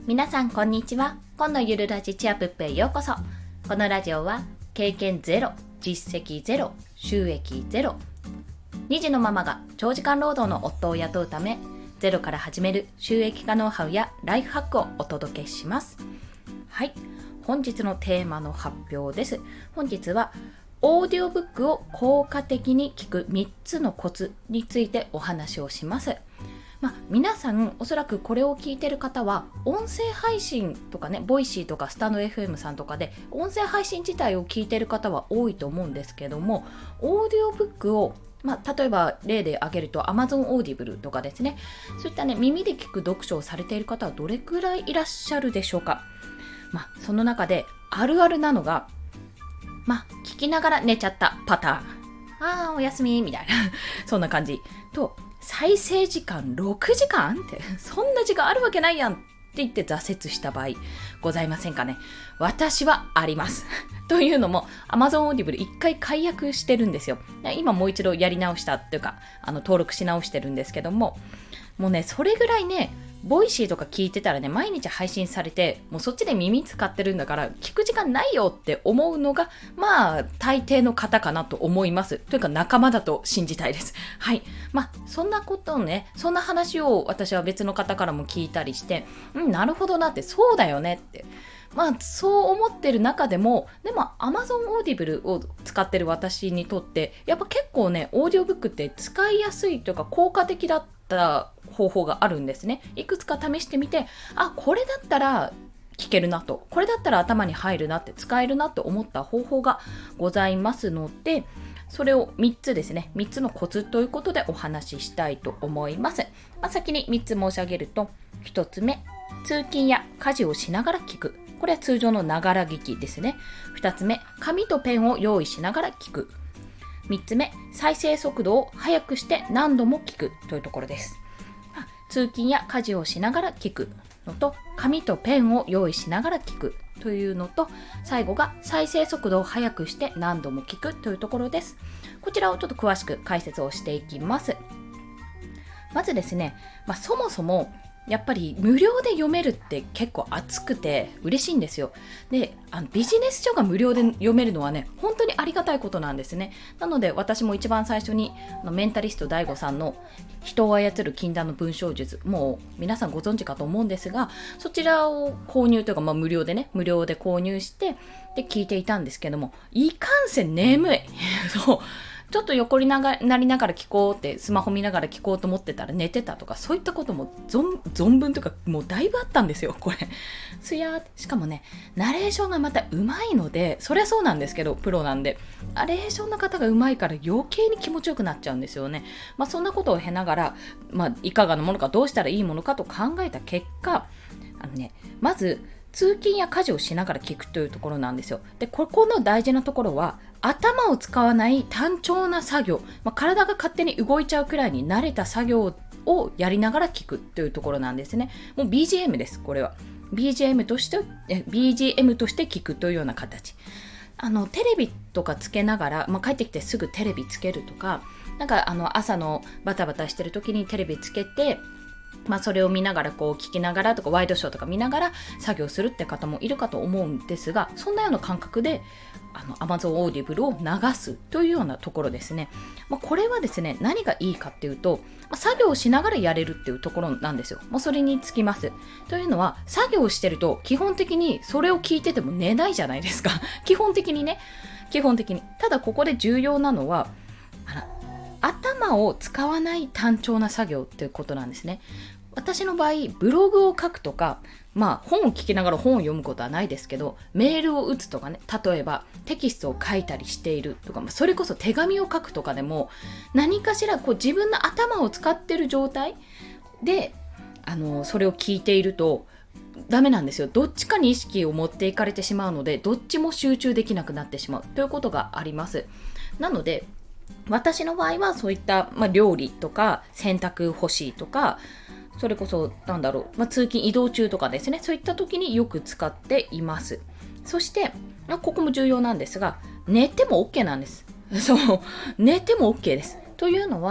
皆さんこんにちは。今のゆるラジチアプップへようこそ。このラジオは経験ゼロ、実績ゼロ、収益ゼロ、2児のママが長時間労働の夫を雇うためゼロから始める収益化ノウハウやライフハックをお届けします。はい、本日のテーマの発表です。本日はオーディオブックを効果的に聞く3つのコツについてお話をします。皆さんおそらくこれを聞いている方は音声配信とかね、ボイシーとかスタンド FM さんとかで音声配信自体を聞いている方は多いと思うんですけども、オーディオブックを例えば例で挙げると Amazon Audible とかですね、そういったね耳で聞く読書をされている方はどれくらいいらっしゃるでしょうか。その中であるあるなのが聞きながら寝ちゃったパターン、おやすみみたいなそんな感じと、再生時間6時間ってそんな時間あるわけないやんって言って挫折した場合ございませんかね。私はありますというのも Amazon Audible 一回解約してるんですよ。今もう一度やり直したっていうか登録し直してるんですけども、もうねそれぐらいねボイシーとか聞いてたらね、毎日配信されてもうそっちで耳使ってるんだから聞く時間ないよって思うのが大抵の方かなと思います。というか仲間だと信じたいです。はい。そんなことをね、そんな話を私は別の方からも聞いたりして、なるほどなって、そうだよねってそう思ってる中でも、でも Amazon Audible を使ってる私にとってやっぱ結構ねオーディオブックって使いやすいというか効果的だった方法があるんですね。いくつか試してみて、これだったら聞けるなと、これだったら頭に入るなって使えるなって思った方法がございますので、それを3つですね、3つのコツということでお話ししたいと思います。先に3つ申し上げると、1つ目、通勤や家事をしながら聞く。これは通常のながら聞きですね。2つ目、紙とペンを用意しながら聞く。3つ目、再生速度を速くして何度も聞くというところです。通勤や家事をしながら聞くのと、紙とペンを用意しながら聞くというのと、最後が再生速度を速くして何度も聞くというところです。こちらをちょっと詳しく解説をしていきます。まずですね、そもそもやっぱり無料で読めるって結構熱くて嬉しいんですよ。で、ビジネス書が無料で読めるのはね本当にありがたいことなんですね。なので私も一番最初にメンタリスト DAIGO さんの人を操る禁断の文章術、もう皆さんご存知かと思うんですが、そちらを購入というか無料で購入してで聞いていたんですけども、いかんせん眠いそうちょっと横になりながら聞こうってスマホ見ながら聞こうと思ってたら寝てたとか、そういったことも存分というかもうだいぶあったんですよこれ。しかもねナレーションがまた上手いので、そりゃそうなんですけどプロなんでナレーションの方が上手いから余計に気持ちよくなっちゃうんですよね。そんなことを経ながら、いかがなものかどうしたらいいものかと考えた結果、まず通勤や家事をしながら聞くというところなんですよ。で、ここの大事なところは頭を使わない単調な作業、体が勝手に動いちゃうくらいに慣れた作業をやりながら聞くというところなんですね。もう BGM です。これは BGM として聞くというような形。テレビとかつけながら、帰ってきてすぐテレビつけるとか、朝のバタバタしてる時にテレビつけてそれを見ながら聞きながらとかワイドショーとか見ながら作業するって方もいるかと思うんですが、そんなような感覚でAmazon Audible を流すというようなところですね。これはですね何がいいかっていうと、作業をしながらやれるっていうところなんですよ。もうそれにつきます。というのは作業してると基本的にそれを聞いてても寝ないじゃないですか基本的に。ただここで重要なのは頭を使わない単調な作業っていうことなんですね。私の場合ブログを書くとか、本を聞きながら本を読むことはないですけど、メールを打つとかね、例えばテキストを書いたりしているとか、それこそ手紙を書くとかでも何かしら自分の頭を使っている状態でそれを聞いているとダメなんですよ。どっちかに意識を持っていかれてしまうので、どっちも集中できなくなってしまうということがあります。なので私の場合はそういった、料理とか洗濯干しとか、それこそ通勤移動中とかですね、そういった時によく使っています。そしてここも重要なんですが、寝ても OK なんです。そう寝ても OK です。というのは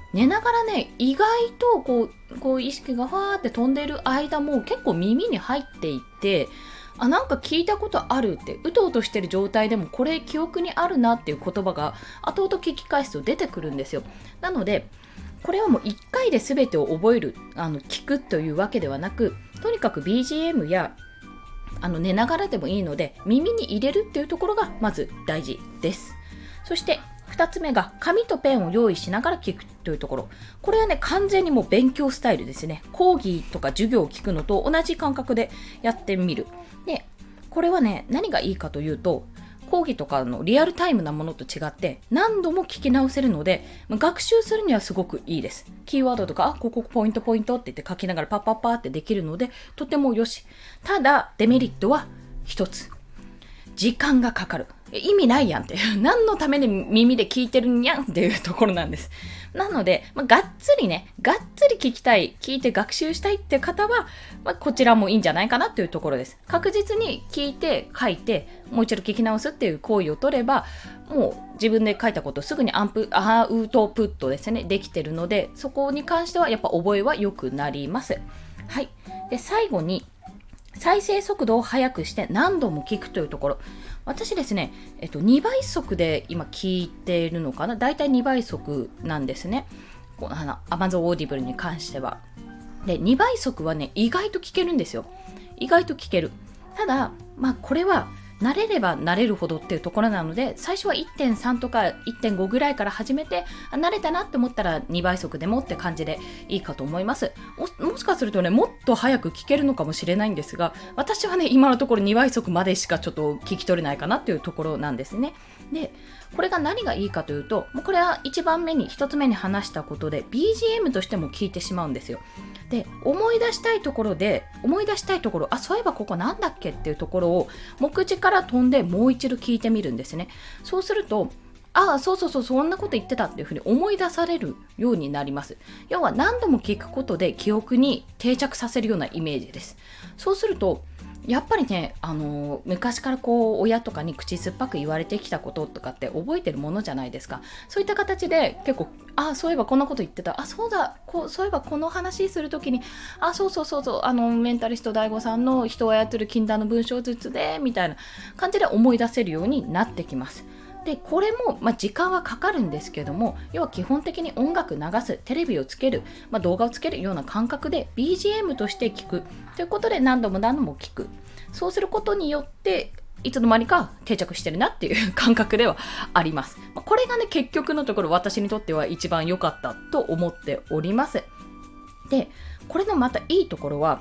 寝ながらね、意外とこう意識がファーって飛んでいる間も結構耳に入っていて、なんか聞いたことあるって、うとうとしてる状態でもこれ記憶にあるなっていう言葉が後々聞き返すと出てくるんですよ。なのでこれはもう1回で全てを覚える、聞くというわけではなく、とにかく BGM や寝ながらでもいいので耳に入れるっていうところがまず大事です。そして2つ目が紙とペンを用意しながら聞くというところ。これはね、完全にもう勉強スタイルですね。講義とか授業を聞くのと同じ感覚でやってみる。で、これはね、何がいいかというと、講義とかのリアルタイムなものと違って何度も聞き直せるので、学習するにはすごくいいです。キーワードとか、ここポイントポイントって言って書きながらパッパッパーってできるので、とてもよし。ただ、デメリットは一つ。時間がかかる。意味ないやんって。何のために耳で聞いてるんやんっていうところなんです。なので、がっつり聞きたい、聞いて学習したいって方は、こちらもいいんじゃないかなというところです。確実に聞いて書いて、もう一度聞き直すっていう行為を取れば、もう自分で書いたことをすぐにアウトプットですね、できてるので、そこに関してはやっぱ覚えは良くなります。はい。で、最後に、再生速度を速くして何度も聞くというところ。私ですね、2倍速で今聞いているのかな。だいたい2倍速なんですね。Amazon Audible に関しては。で、2倍速はね、意外と聞けるんですよ。意外と聞ける。ただ、これは慣れれば慣れるほどっていうところなので、最初は 1.3 とか 1.5 ぐらいから始めて、慣れたなって思ったら2倍速でもって感じでいいかと思います。もしかするとね、もっと早く聞けるのかもしれないんですが、私はね、今のところ2倍速までしかちょっと聞き取れないかなっていうところなんですね。で、これが何がいいかというと、もうこれは1つ目に話したことで BGM としても聞いてしまうんですよ。で、思い出したいところ、そういえばここなんだっけっていうところを目次から飛んでもう一度聞いてみるんですね。そうすると、そうそんなこと言ってたっていうふうに思い出されるようになります。要は何度も聞くことで記憶に定着させるようなイメージです。そうするとやっぱりね、昔から親とかに口酸っぱく言われてきたこととかって覚えてるものじゃないですか。そういった形で結構、そういえばこんなこと言ってた、そうだ、そういえばこの話するときに、メンタリスト DAIGO さんの人を操る禁断の文章術で、みたいな感じで思い出せるようになってきます。で、これも、時間はかかるんですけども、要は基本的に音楽流す、テレビをつける、動画をつけるような感覚で BGM として聞くということで何度も聞く。そうすることによっていつの間にか定着してるなっていう感覚ではあります。これがね、結局のところ私にとっては一番良かったと思っております。で、これのまたいいところは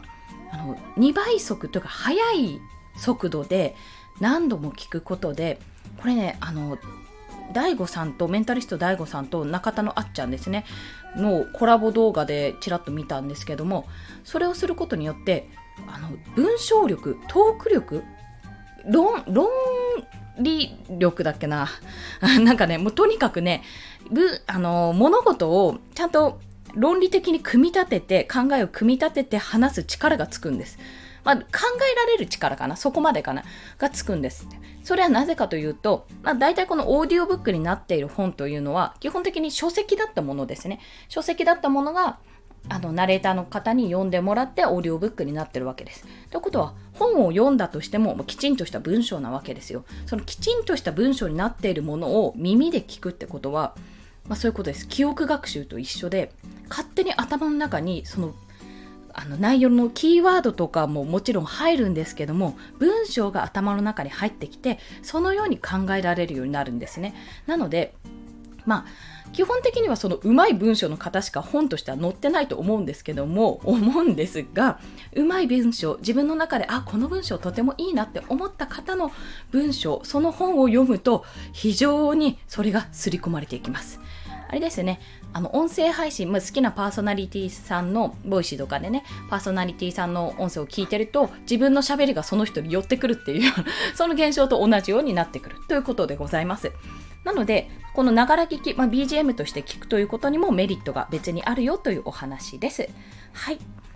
2倍速というか速い速度で何度も聞くことで、これね、DAIGOさんとメンタリスト DAIGOさんと中田のあっちゃんですねのコラボ動画でちらっと見たんですけども、それをすることによって文章力、トーク力、論理力だっけななんかね、もうとにかくね、物事をちゃんと論理的に考えを組み立てて話す力がつくんです。考えられる力かな、そこまでかながつくんです。それはなぜかというと、大体このオーディオブックになっている本というのは基本的に書籍だったものですね。書籍だったものがナレーターの方に読んでもらってオーディオブックになってるわけです。ということは、本を読んだとしてもきちんとした文章なわけですよ。そのきちんとした文章になっているものを耳で聞くってことは、そういうことです。記憶学習と一緒で、勝手に頭の中にその内容のキーワードとかももちろん入るんですけども、文章が頭の中に入ってきて、そのように考えられるようになるんですね。なので、基本的にはそのうまい文章の方しか本としては載ってないと思うんですが、うまい文章、自分の中でこの文章とてもいいなって思った方の文章、その本を読むと非常にそれが刷り込まれていきます。あれですね、音声配信、好きなパーソナリティさんのボイシーとかでね、パーソナリティさんの音声を聞いてると、自分の喋りがその人に寄ってくるっていうその現象と同じようになってくるということでございます。なので、このながら聞き、BGM として聞くということにもメリットが別にあるよというお話です。はい。と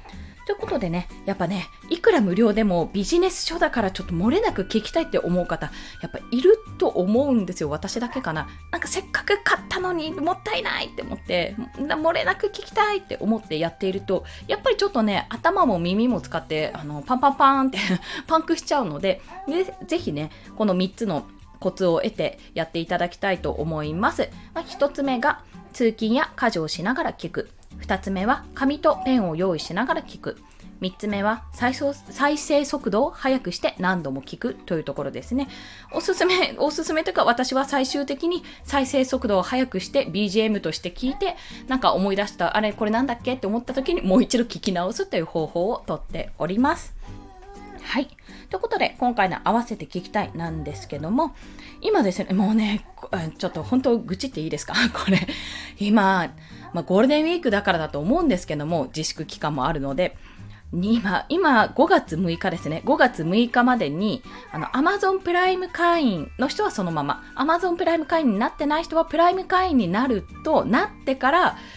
ということでね、やっぱね、いくら無料でもビジネス書だからちょっと漏れなく聞きたいって思う方、やっぱいると思うんですよ。私だけかな。なんかせっかく買ったのにもったいないって思って、漏れなく聞きたいって思ってやっていると、やっぱりちょっとね、頭も耳も使って、パンパンパンってパンクしちゃうので、ぜひね、この3つのコツを得てやっていただきたいと思います。1つ目が通勤や家事をしながら聞く。2つ目は紙とペンを用意しながら聞く。3つ目は再生速度を速くして何度も聞くというところですね。おすすめというか、私は最終的に再生速度を速くして BGM として聞いて、なんか思い出した、あれこれなんだっけって思った時にもう一度聞き直すという方法をとっております。はい。ということで、今回の合わせて聞きたいなんですけども、今ですね、もうね、ちょっと本当愚痴っていいですかこれ、今、ゴールデンウィークだからだと思うんですけども、自粛期間もあるので、今5月6日ですね。5月6日までに、Amazon プライム会員の人はそのまま、Amazon プライム会員になってない人はプライム会員になってから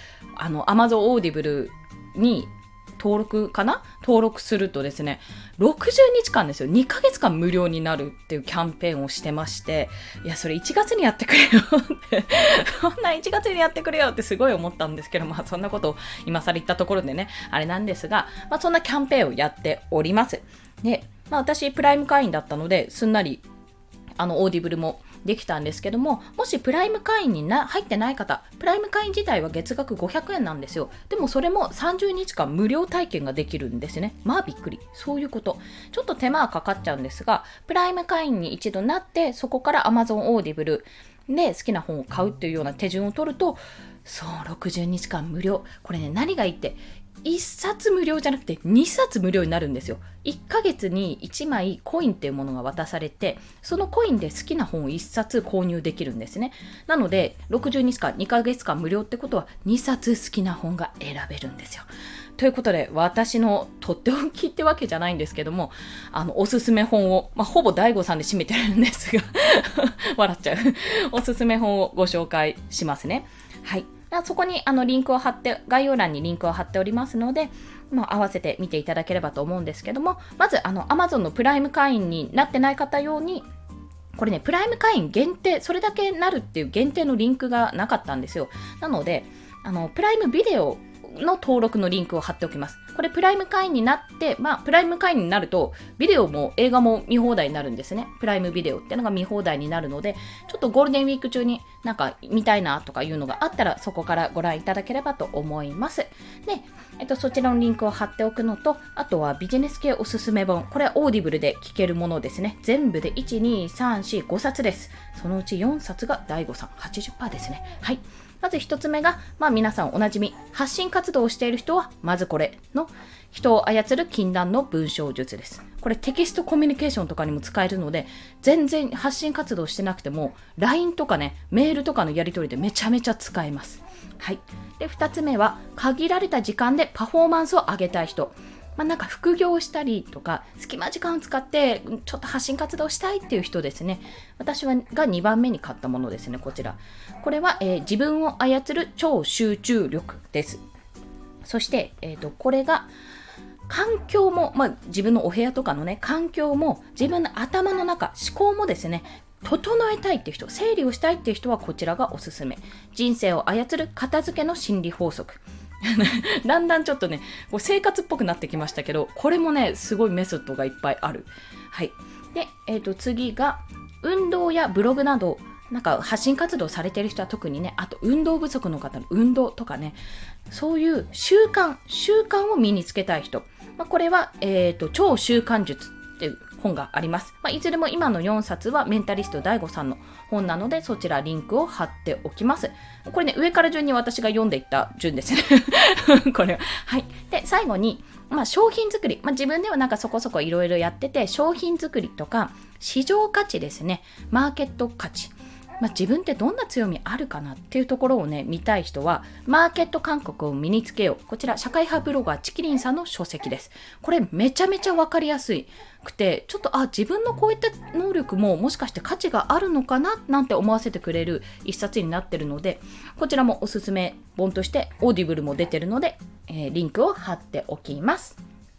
、Amazon Audible に登録するとですね、60日間ですよ。2ヶ月間無料になるっていうキャンペーンをしてまして、いや、それ1月にやってくれよって、そんな1月にやってくれよってすごい思ったんですけど、そんなことを今更言ったところでね、あれなんですが、そんなキャンペーンをやっております。で、私、プライム会員だったので、すんなり、オーディブルもできたんですけども、もしプライム会員に入ってない方、プライム会員自体は月額500円なんですよ。でもそれも30日間無料体験ができるんですね。びっくり。そういうこと。ちょっと手間はかかっちゃうんですが、プライム会員に一度なって、そこから Amazon Audible で好きな本を買うっていうような手順を取ると、そう、60日間無料。これね、何がいいって、1冊無料じゃなくて2冊無料になるんですよ。1ヶ月に1枚コインっていうものが渡されて、そのコインで好きな本を1冊購入できるんですね。なので60日間2ヶ月間無料ってことは2冊好きな本が選べるんですよ。ということで、私のとっておきってわけじゃないんですけども、おすすめ本を、ほぼ大悟さんで締めてるんですが笑っちゃうおすすめ本をご紹介しますね。はい。そこにリンクを貼って、概要欄にリンクを貼っておりますので、合わせて見ていただければと思うんですけども、まずAmazon のプライム会員になってない方用に、これね、プライム会員限定、それだけなるっていう限定のリンクがなかったんですよ。なので、プライムビデオの登録のリンクを貼っておきます。これプライム会員になって、プライム会員になるとビデオも映画も見放題になるんですね。プライムビデオってのが見放題になるので、ちょっとゴールデンウィーク中になんか見たいなとかいうのがあったら、そこからご覧いただければと思います。で、そちらのリンクを貼っておくのと、あとはビジネス系おすすめ本。これはオーディブルで聞けるものですね。全部で1、2、3、4、5冊です。そのうち4冊が大悟さん 80% ですね。はい。まず一つ目が、皆さんおなじみ、発信活動をしている人は、まずこれの、人を操る禁断の文章術です。これテキストコミュニケーションとかにも使えるので、全然発信活動してなくても、LINE とかね、メールとかのやり取りでめちゃめちゃ使えます。はい。で、二つ目は、限られた時間でパフォーマンスを上げたい人。なんか副業したりとか、隙間時間を使ってちょっと発信活動したいっていう人ですね。私が2番目に買ったものですね、こちら。これは、自分を操る超集中力です。そして、これが環境も、自分のお部屋とかのね、環境も自分の頭の中、思考もですね、整えたいっていう人、整理をしたいっていう人はこちらがおすすめ。人生を操る片付けの心理法則。だんだんちょっとね、こう生活っぽくなってきましたけど、これもね、すごいメソッドがいっぱいある。はい。で、次が、運動やブログなど、なんか発信活動されている人は特にね、あと運動不足の方の運動とかね、そういう習慣を身につけたい人。これは、超習慣術っていう本があります。いずれも今の4冊はメンタリスト DAIGO さんの本なので、そちらリンクを貼っておきます。これね、上から順に私が読んでいった順ですね。これは。はい。で、最後に、商品作り。自分ではなんかそこそこいろいろやってて、商品作りとか、市場価値ですね。マーケット価値。自分ってどんな強みあるかなっていうところをね、見たい人は、マーケット感覚を身につけよう。こちら、社会派ブロガーチキリンさんの書籍です。これめちゃめちゃわかりやすくて、ちょっと、自分のこういった能力ももしかして価値があるのかななんて思わせてくれる一冊になってるので、こちらもおすすめ本として、オーディブルも出てるので、リンクを貼っておきます。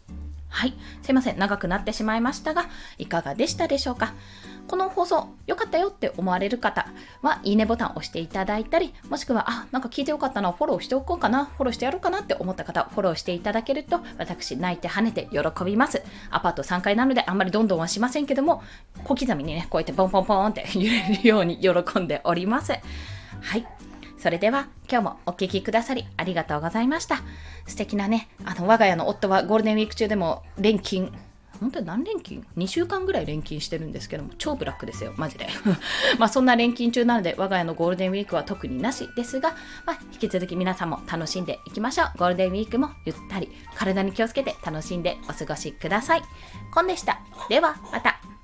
はい、すいません、長くなってしまいましたが、いかがでしたでしょうか。この放送良かったよって思われる方はいいねボタンを押していただいたり、もしくはなんか聞いてよかったな、フォローしておこうかな、フォローしてやろうかなって思った方、フォローしていただけると私泣いて跳ねて喜びます。アパート3階なのであんまりどんどんはしませんけども、小刻みにねこうやってポンポンポンって揺れるように喜んでおります。はい、それでは今日もお聞きくださりありがとうございました。素敵なね、我が家の夫はゴールデンウィーク中でも連勤、本当に何連勤 ?2 週間ぐらい連勤してるんですけども、超ブラックですよ、マジで。そんな連勤中なので、我が家のゴールデンウィークは特になしですが、引き続き皆さんも楽しんでいきましょう。ゴールデンウィークもゆったり、体に気をつけて楽しんでお過ごしください。コンでした。では、また。